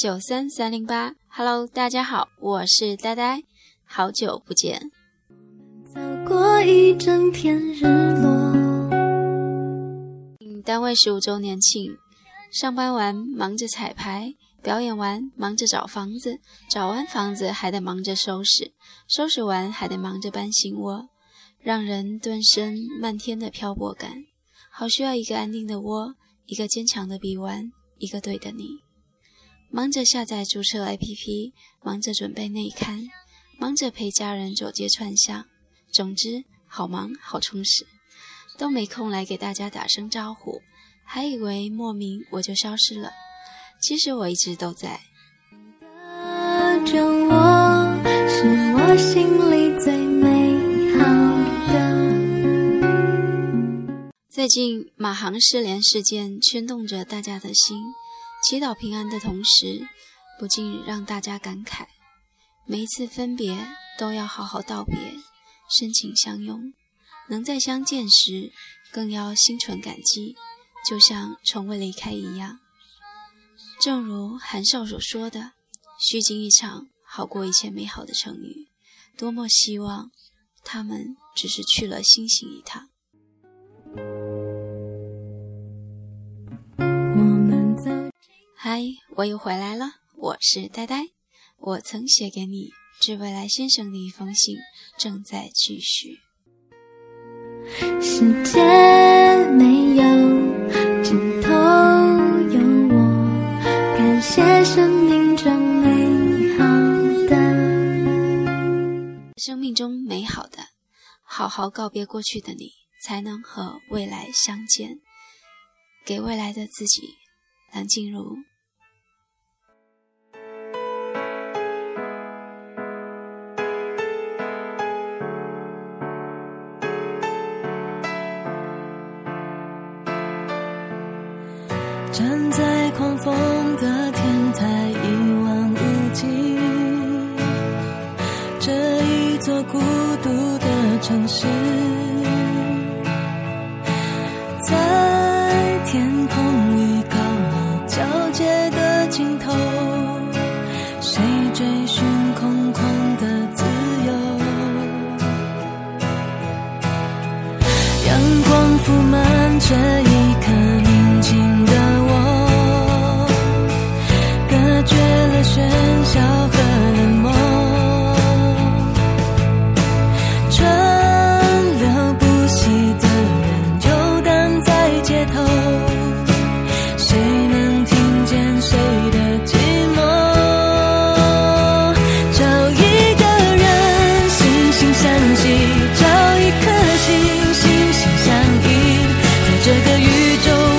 93308。 Hello， 大家好，我是呆呆，好久不见。 走过一整天日落。 单位15周年庆，上班完忙着彩排，表演完忙着找房子，找完房子还得忙着收拾，收拾完还得忙着搬新窝，让人顿生漫天的漂泊感。好需要一个安定的窝，一个坚强的臂弯，一个对的你。忙着下载注册 APP， 忙着准备内刊，忙着陪家人走街串巷，总之好忙好充实，都没空来给大家打声招呼，还以为莫名我就消失了，其实我一直都在。 着我是我心里最美好的。 最近马航失联事件牵动着大家的心，祈祷平安的同时，不禁让大家感慨，每一次分别都要好好道别，深情相拥，能再相见时更要心存感激，就像从未离开一样。正如韩少所说的，虚惊一场好过一切美好的成语，多么希望他们只是去了星星一趟。嗨，我又回来了，我是呆呆。我曾写给你致未来先生的一封信正在继续。 世界没有尽头，有我，感谢生命中美好的。 生命中美好的，好好告别过去的你，才能和未来相见。给未来的自己，梁静茹。 站在狂风的天台一望无际，这一座孤独的城市，在天空与高楼交界的尽头，谁追寻空旷的自由？阳光铺满这一颗宁静的隔绝了喧嚣和冷漠，川流不息的人游荡在街头，谁能听见谁的寂寞？找一个人惺惺相惜，找一颗心心心相印，在这个宇宙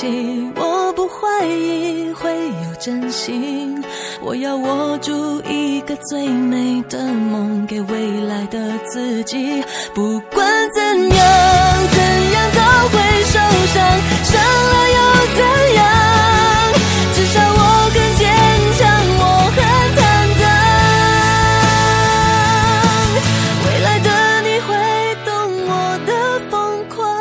起，我不怀疑会有真心。我要握住一个最美的梦，给未来的自己。不管怎样，怎样都会受伤，伤了又怎样？至少我更坚强，我很坦荡。未来的你会懂我的疯狂，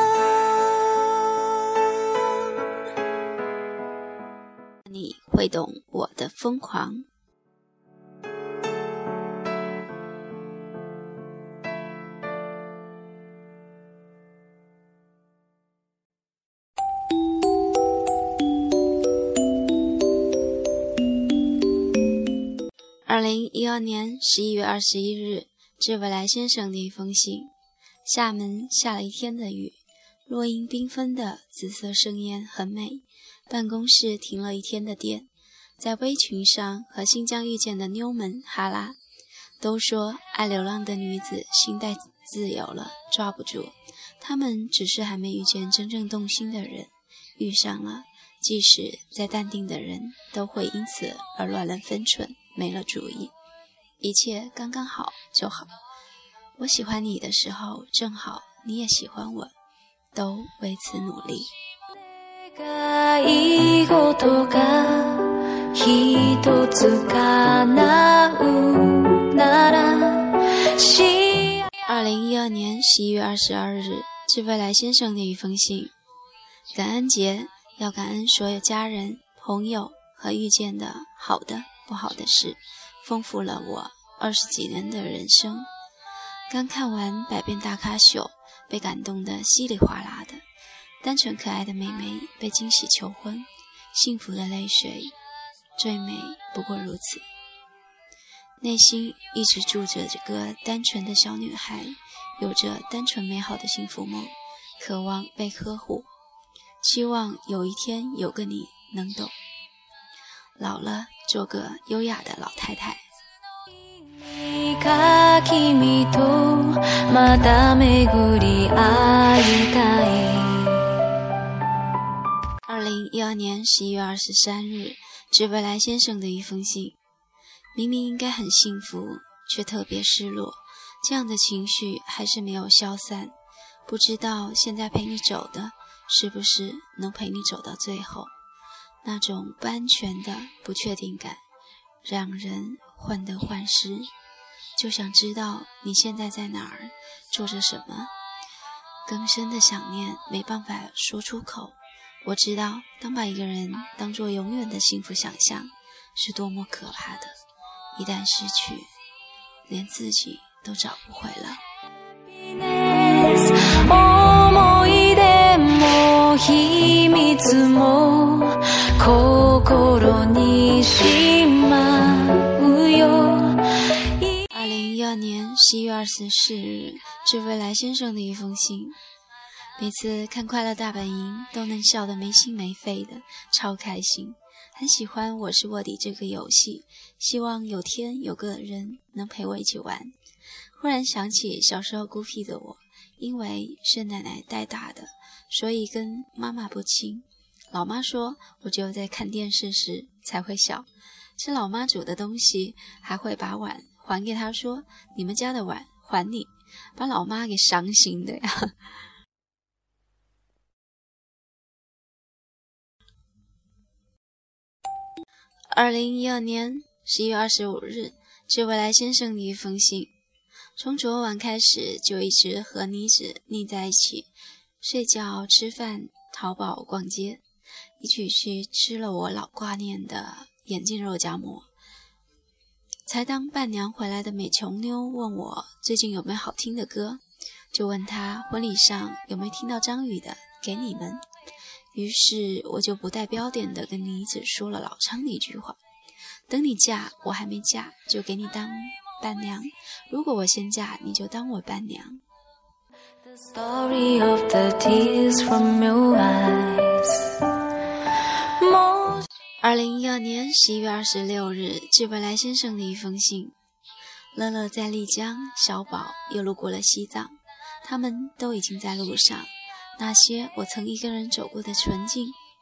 你会懂我的疯狂。2012年11月21日，致未来先生的一封信。厦门下了一天的雨，落英缤纷的紫色盛宴很美。办公室停了一天的电，在微群上和新疆遇见的妞们哈拉，都说爱流浪的女子心态自由了，抓不住。她们只是还没遇见真正动心的人，遇上了，即使再淡定的人都会因此而乱了分寸，没了主意。一切刚刚好就好，我喜欢你的时候正好你也喜欢我，都为此努力。2012年11月22日，致未来先生的一封信。感恩节要感恩所有家人、朋友和遇见的好的、不好的事，丰富了我20几年的人生。刚看完百变大咖秀，被感动得稀里哗啦的。单纯可爱的妹妹被惊喜求婚，幸福的泪水最美不过如此。内心一直住着这个单纯的小女孩，有着单纯美好的幸福梦，渴望被呵护，期望有一天有个你能懂。老了做个优雅的老太太。2012年11月23日，致未来先生的一封信。明明应该很幸福，却特别失落，这样的情绪还是没有消散。不知道现在陪你走的是不是能陪你走到最后。那种不安全的不确定感让人患得患失，就想知道你现在在哪儿，做着什么。更深的想念没办法说出口。我知道当把一个人当作永远的幸福想象是多么可怕的，一旦失去，连自己都找不回了。2012年11月24日，致未来先生的一封信。每次看快乐大本营都能笑得没心没肺的，超开心。很喜欢我是卧底这个游戏，希望有天有个人能陪我一起玩。忽然想起小时候孤僻的我，因为是奶奶带大的，所以跟妈妈不亲。老妈说我只有在看电视时才会笑，吃老妈煮的东西还会把碗还给她，说你们家的碗还你，把老妈给伤心的呀。2012年11月25日，致未来先生的一封信。从昨晚开始就一直和妮子腻在一起，睡觉、吃饭、淘宝、逛街，一起去吃了我老挂念的眼镜肉夹馍。才当伴娘回来的美琼妞问我最近有没有好听的歌，就问她婚礼上有没有听到张宇的《给你们》。于是我就不带标点的跟妮子说了老张的一句话：等你嫁，我还没嫁，就给你当伴娘；如果我先嫁，你就当我伴娘。2012年11月26日，致未来先生的一封信。乐乐在丽江，小宝又路过了西藏，他们都已经在路上。那些我曾一个人走过的纯净，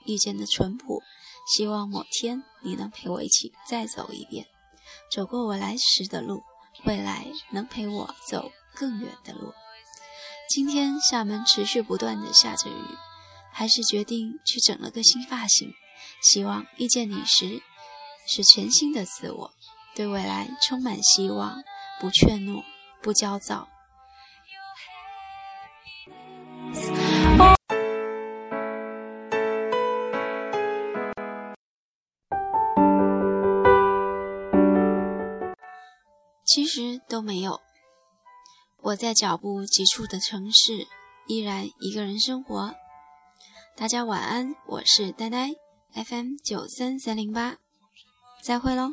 遇见的淳朴，希望某天你能陪我一起再走一遍，走过我来时的路，未来能陪我走更远的路。今天厦门持续不断的下着雨，还是决定去整了个新发型，希望遇见你时是全新的自我，对未来充满希望，不怯懦，不焦躁。其实都没有，我在脚步急促的城市依然一个人生活。大家晚安，我是呆呆 FM 93308，再会咯。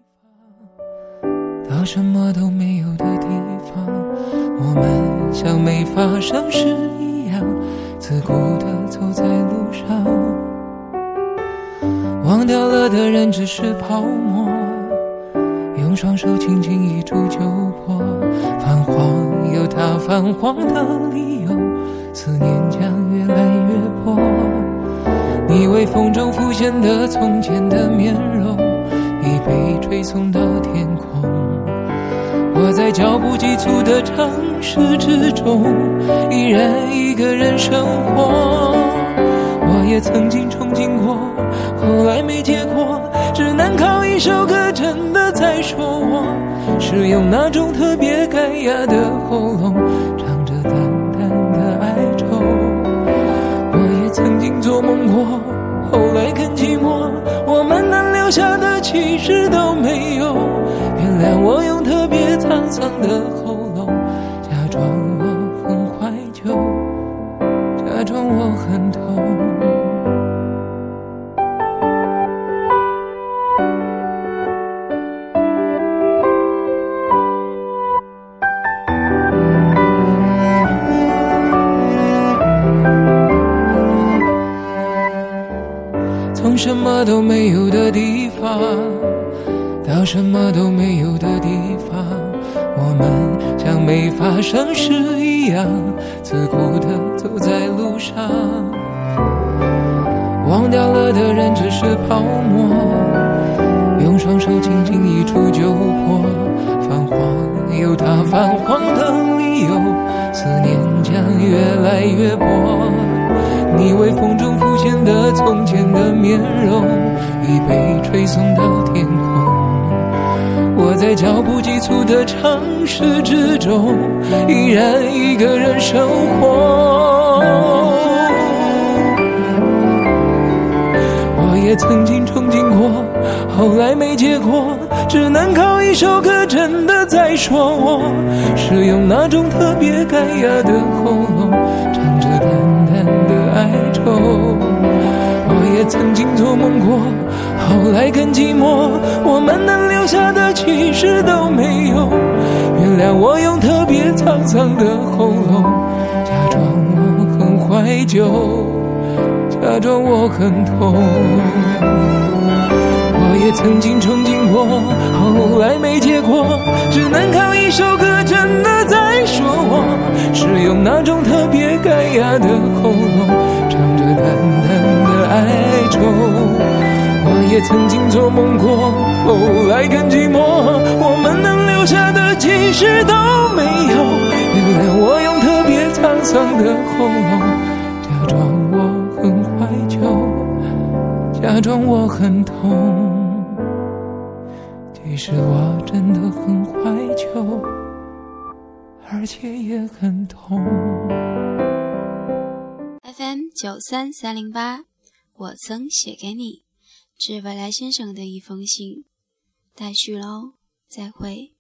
到什么都没有的地方，我们像没发生事一样，自顾地走在路上，忘掉了的人只是泡沫，用双手轻轻一触就破。泛黄有它泛黄的理由，思念将越来越薄。你微风中浮现的从前的面容，已被吹送到天空。我在脚步急促的城市之中，依然一个人生活。我也曾经憧憬过，后来没结果，只能靠一首歌真的在说我，是用那种特别干哑的喉咙，唱着淡淡的哀愁。我也曾经做梦过，后来更寂寞，我们能留下的其实都没有。原谅我用特别沧桑的喉咙，假装我很怀旧，假装我很痛。从什么都没有的地方到什么都没有的地方，我们像没发生事一样，自顾地走在路上，忘掉了的人只是泡沫，用双手轻轻一触就破。泛黄有它泛黄的理由，思念将越来越薄。你微风中浮现的从前的面容，已被吹送到天空。我在脚步急促的城市之中，依然一个人生活。我也曾经憧憬过，后来没结果，只能靠一首歌真的在说我，是用那种特别干哑的喉咙，唱着淡淡的哀愁。我也曾经做梦过，后来更寂寞，我们能留下的其实都没有。原谅我用特别沧桑的喉咙，假装我很怀旧，假装我很痛。我也曾经憧憬过，后来没结果，只能靠一首歌真的在说我，是用那种特别干哑的喉咙，唱着淡淡的哀愁。我也曾经做梦过，后来更寂寞，我们能留下的其实都没有。原谅我用特别沧桑的喉咙，假装我很怀旧，假装我很痛。其实我真的很怀旧，而且也很痛。 FM 93308，我曾写给你，致未来先生的一封信，待续喽，再会。